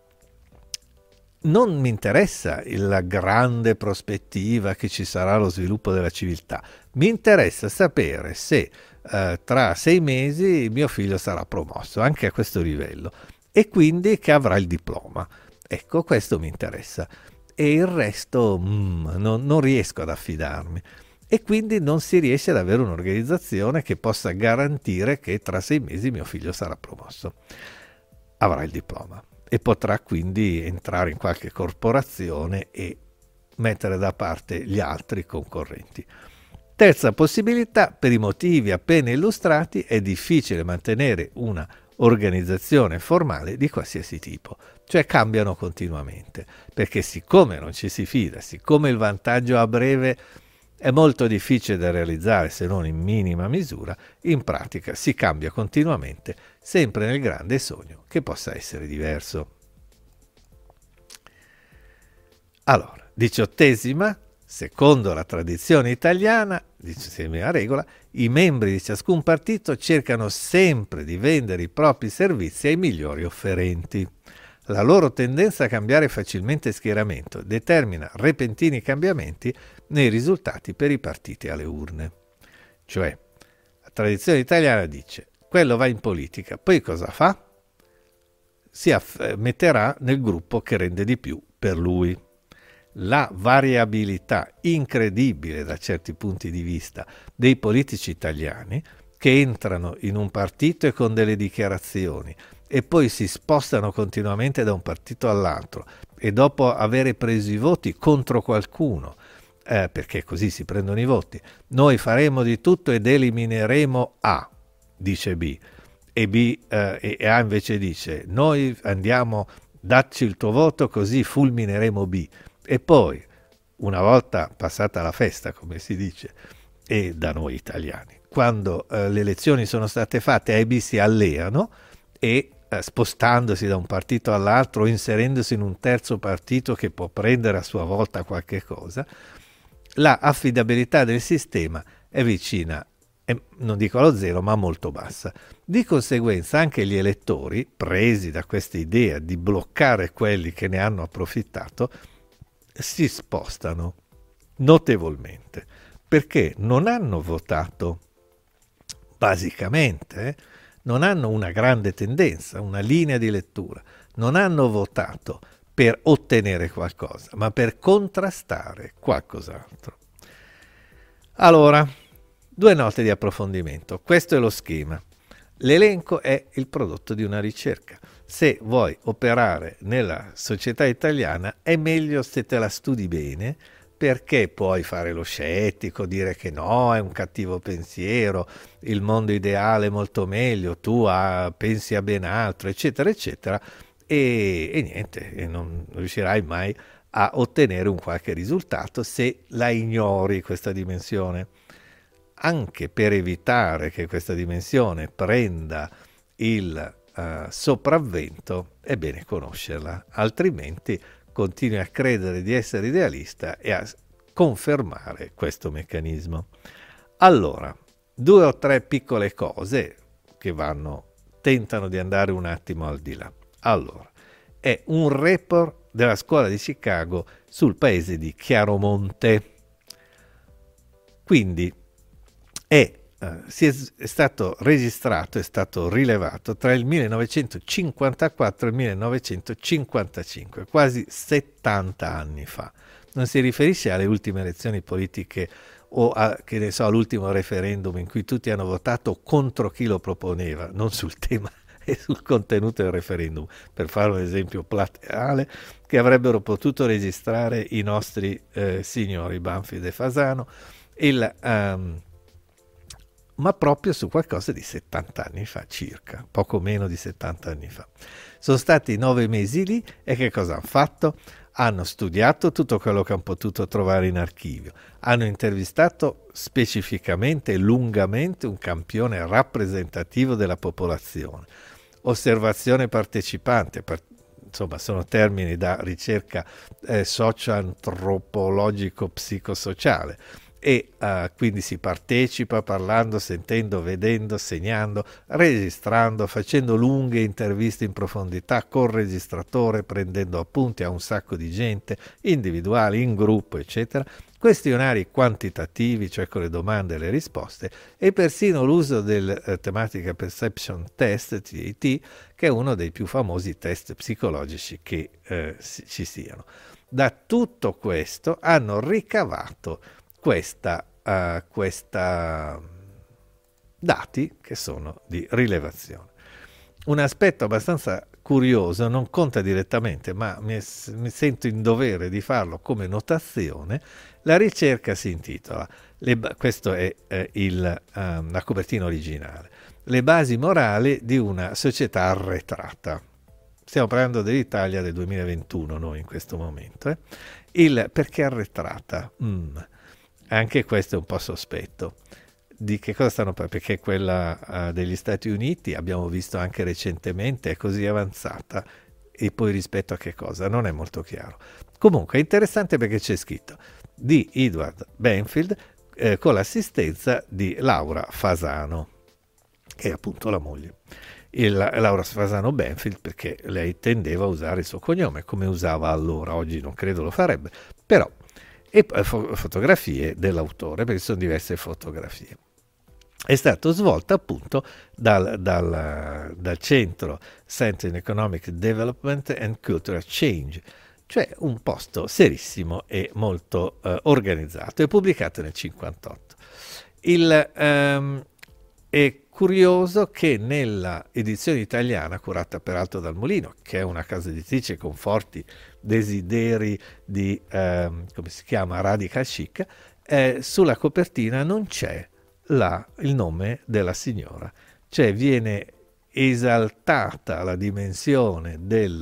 non mi interessa la grande prospettiva che ci sarà lo sviluppo della civiltà, mi interessa sapere se tra 6 mesi mio figlio sarà promosso, anche a questo livello, e quindi che avrà il diploma. Ecco, questo mi interessa. E il resto non riesco ad affidarmi. E quindi non si riesce ad avere un'organizzazione che possa garantire che tra 6 mesi mio figlio sarà promosso. Avrà il diploma. e potrà quindi entrare in qualche corporazione e mettere da parte gli altri concorrenti. Terza possibilità, per i motivi appena illustrati è difficile mantenere una organizzazione formale di qualsiasi tipo, cioè cambiano continuamente, perché siccome non ci si fida, siccome il vantaggio a breve è molto difficile da realizzare se non in minima misura, in pratica si cambia continuamente, sempre nel grande sogno che possa essere diverso. Allora, 18ª, secondo la tradizione italiana, 17ª regola, i membri di ciascun partito cercano sempre di vendere i propri servizi ai migliori offerenti. La loro tendenza a cambiare facilmente schieramento determina repentini cambiamenti nei risultati per i partiti alle urne. Cioè, la tradizione italiana dice, quello va in politica, poi cosa fa? Si metterà nel gruppo che rende di più per lui. La variabilità incredibile da certi punti di vista dei politici italiani che entrano in un partito e con delle dichiarazioni e poi si spostano continuamente da un partito all'altro e dopo avere preso i voti contro qualcuno, perché così si prendono i voti, noi faremo di tutto ed elimineremo A, dice B, e A invece dice noi andiamo, dacci il tuo voto così fulmineremo B. E poi, una volta passata la festa, come si dice, e da noi italiani, quando le elezioni sono state fatte, A e B si alleano e spostandosi da un partito all'altro o inserendosi in un terzo partito che può prendere a sua volta qualche cosa, la affidabilità del sistema è vicina, non dico allo zero, ma molto bassa. Di conseguenza anche gli elettori, presi da questa idea di bloccare quelli che ne hanno approfittato, si spostano notevolmente perché non hanno votato basicamente, non hanno una grande tendenza, una linea di lettura, non hanno votato per ottenere qualcosa, ma per contrastare qualcos'altro. Allora, 2 note di approfondimento. Questo è lo schema. L'elenco è il prodotto di una ricerca. Se vuoi operare nella società italiana è meglio se te la studi bene, perché puoi fare lo scettico, dire che no, è un cattivo pensiero, il mondo ideale è molto meglio, tu pensi a ben altro, eccetera, eccetera, e niente, e non riuscirai mai a ottenere un qualche risultato se la ignori questa dimensione. Anche per evitare che questa dimensione prenda il sopravvento, è bene conoscerla, altrimenti continui a credere di essere idealista e a confermare questo meccanismo. Allora, 2 o 3 piccole cose che tentano di andare un attimo al di là. Allora, è un report della scuola di Chicago sul paese di Chiaromonte. Quindi è stato registrato, è stato rilevato tra il 1954 e il 1955, quasi 70 anni fa. Non si riferisce alle ultime elezioni politiche o all'ultimo referendum in cui tutti hanno votato contro chi lo proponeva, non sul tema e sul contenuto del referendum, per fare un esempio plateale, che avrebbero potuto registrare i nostri signori Banfield e Fasano, ma proprio su qualcosa di 70 anni fa circa, poco meno di 70 anni fa. Sono stati 9 mesi lì e che cosa hanno fatto? Hanno studiato tutto quello che hanno potuto trovare in archivio, hanno intervistato specificamente e lungamente un campione rappresentativo della popolazione, osservazione partecipante, insomma sono termini da ricerca socio-antropologico-psicosociale, e quindi si partecipa parlando, sentendo, vedendo, segnando, registrando, facendo lunghe interviste in profondità col registratore, prendendo appunti a un sacco di gente, individuali, in gruppo, eccetera, questionari quantitativi, cioè con le domande e le risposte, e persino l'uso del Thematic Perception Test, TAT, che è uno dei più famosi test psicologici che ci siano. Da tutto questo hanno ricavato questa dati che sono di rilevazione. Un aspetto abbastanza curioso, non conta direttamente, ma mi sento in dovere di farlo come notazione. La ricerca si intitola, questo è la copertina originale, le basi morali di una società arretrata. Stiamo parlando dell'Italia del 2021 noi in questo momento. Il perché arretrata? Anche questo è un po' sospetto. Di che cosa stanno parlando? Perché quella degli Stati Uniti, abbiamo visto anche recentemente, è così avanzata, e poi rispetto a che cosa? Non è molto chiaro. Comunque è interessante perché c'è scritto di Edward Benfield con l'assistenza di Laura Fasano, che è appunto la moglie. Laura Fasano Benfield, perché lei tendeva a usare il suo cognome come usava allora, oggi non credo lo farebbe, però, e fotografie dell'autore, perché sono diverse fotografie. È stato svolto appunto dal centro Center in Economic Development and Cultural Change, cioè un posto serissimo e molto organizzato, e pubblicato nel 1958. È curioso che nella edizione italiana, curata peraltro dal Mulino, che è una casa editrice con forti desideri di, come si chiama, radical chic, sulla copertina non c'è il nome della signora, cioè viene esaltata la dimensione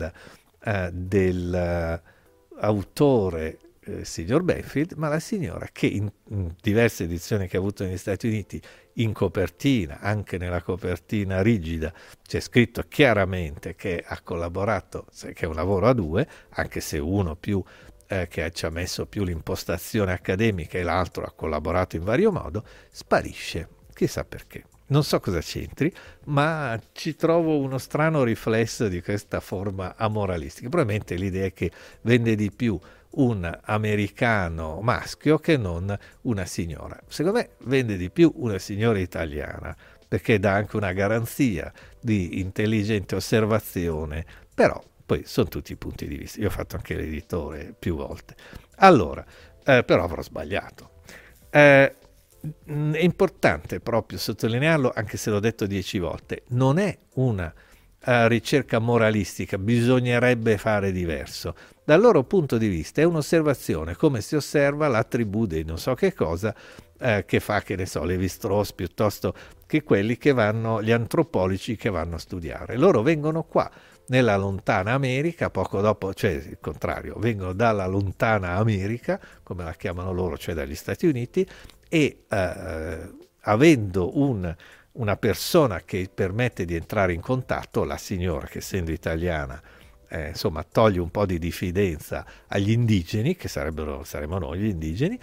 dell'autore signor Benfield, ma la signora, che in diverse edizioni che ha avuto negli Stati Uniti, in copertina, anche nella copertina rigida, c'è scritto chiaramente che ha collaborato, che è un lavoro a due, anche se uno più che ci ha messo più l'impostazione accademica e l'altro ha collaborato in vario modo, sparisce, chissà perché. Non so cosa c'entri, ma ci trovo uno strano riflesso di questa forma amoralistica. Probabilmente l'idea è che vende di più un americano maschio che non una signora. Secondo me vende di più una signora italiana, perché dà anche una garanzia di intelligente osservazione, però poi sono tutti i punti di vista. Io ho fatto anche l'editore più volte. Allora, però avrò sbagliato. È importante proprio sottolinearlo, anche se l'ho detto 10 volte, non è una ricerca moralistica, bisognerebbe fare diverso. Dal loro punto di vista è un'osservazione, come si osserva la tribù dei non so che cosa, che fa, che ne so, Levi-Strauss, piuttosto che quelli che vanno, gli antropologi che vanno a studiare. Loro vengono qua nella lontana America, poco dopo, cioè il contrario, vengono dalla lontana America, come la chiamano loro, cioè dagli Stati Uniti, e avendo una persona che permette di entrare in contatto, la signora che essendo italiana, insomma, toglie un po' di diffidenza agli indigeni, che saremmo noi gli indigeni,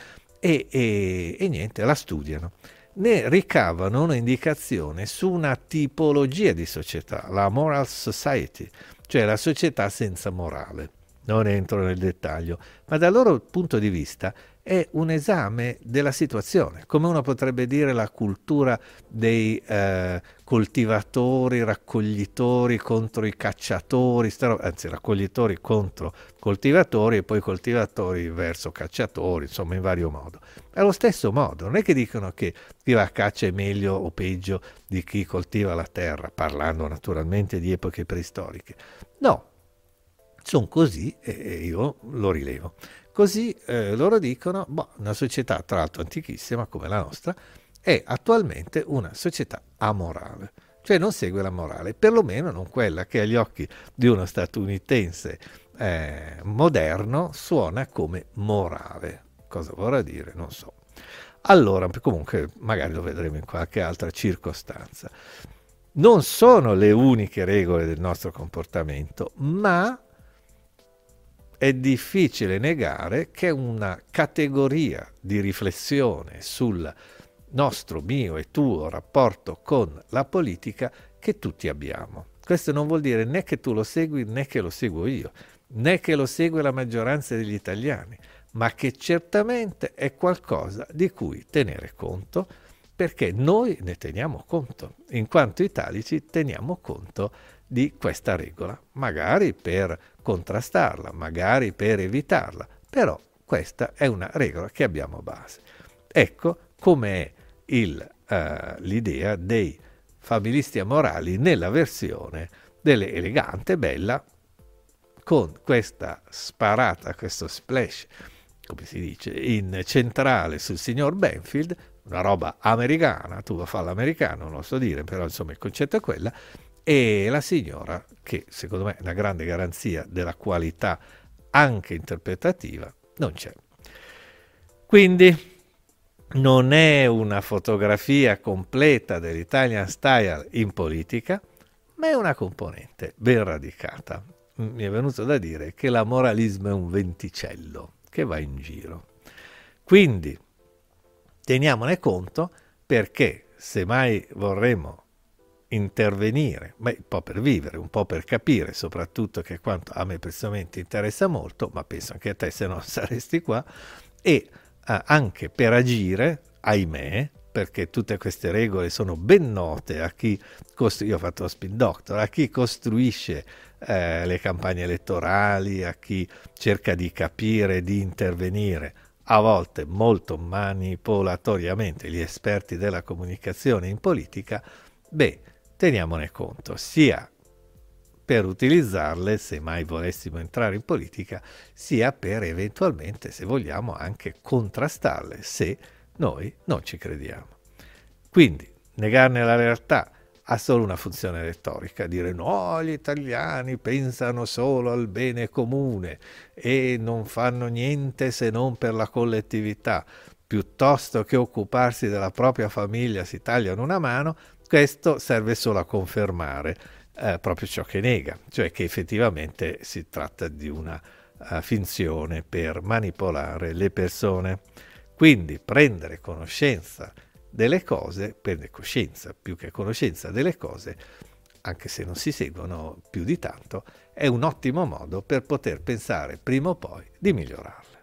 e niente, la studiano. Ne ricavano un'indicazione su una tipologia di società, la moral society, cioè la società senza morale. Non entro nel dettaglio, ma dal loro punto di vista è un esame della situazione, come uno potrebbe dire la cultura dei coltivatori, raccoglitori contro i cacciatori, anzi raccoglitori contro coltivatori e poi coltivatori verso cacciatori, insomma in vario modo. Allo stesso modo, non è che dicono che chi va a caccia è meglio o peggio di chi coltiva la terra, parlando naturalmente di epoche preistoriche. No, sono così e io lo rilevo. Così loro dicono, una società tra l'altro antichissima come la nostra è attualmente una società amorale, cioè non segue la morale, perlomeno non quella che agli occhi di uno statunitense moderno suona come morale. Cosa vorrà dire? Non so. Allora, comunque magari lo vedremo in qualche altra circostanza. Non sono le uniche regole del nostro comportamento, ma è difficile negare che è una categoria di riflessione sul nostro, mio e tuo rapporto con la politica che tutti abbiamo. Questo non vuol dire né che tu lo segui né che lo seguo io, né che lo segue la maggioranza degli italiani, ma che certamente è qualcosa di cui tenere conto, perché noi ne teniamo conto, in quanto italici teniamo conto di questa regola, magari per contrastarla, magari per evitarla, però questa è una regola che abbiamo a base. Ecco come è l'idea dei familisti amorali nella versione dell'elegante, bella, con questa sparata, questo splash, come si dice, in centrale sul signor Banfield, una roba americana, tu lo fa l'americano, non lo so dire, però insomma il concetto è quella, e la signora, che secondo me è una grande garanzia della qualità anche interpretativa, non c'è. Quindi non è una fotografia completa dell'Italian Style in politica, ma è una componente ben radicata. Mi è venuto da dire che la moralismo è un venticello che va in giro. Quindi teniamone conto, perché se mai vorremmo intervenire, un po' per vivere, un po' per capire, soprattutto che quanto a me personalmente interessa molto, ma penso anche a te se non saresti qua, e anche per agire, ahimè, perché tutte queste regole sono ben note a chi io ho fatto lo spin doctor, a chi costruisce le campagne elettorali, a chi cerca di capire, di intervenire, a volte molto manipolatoriamente, gli esperti della comunicazione in politica, teniamone conto, sia per utilizzarle, se mai volessimo entrare in politica, sia per eventualmente, se vogliamo, anche contrastarle, se noi non ci crediamo. Quindi, negarne la realtà ha solo una funzione retorica, dire no, gli italiani pensano solo al bene comune e non fanno niente se non per la collettività, piuttosto che occuparsi della propria famiglia si tagliano una mano. Questo serve solo a confermare proprio ciò che nega, cioè che effettivamente si tratta di una finzione per manipolare le persone. Quindi prendere conoscenza delle cose, prendere coscienza più che conoscenza delle cose, anche se non si seguono più di tanto, è un ottimo modo per poter pensare prima o poi di migliorarle.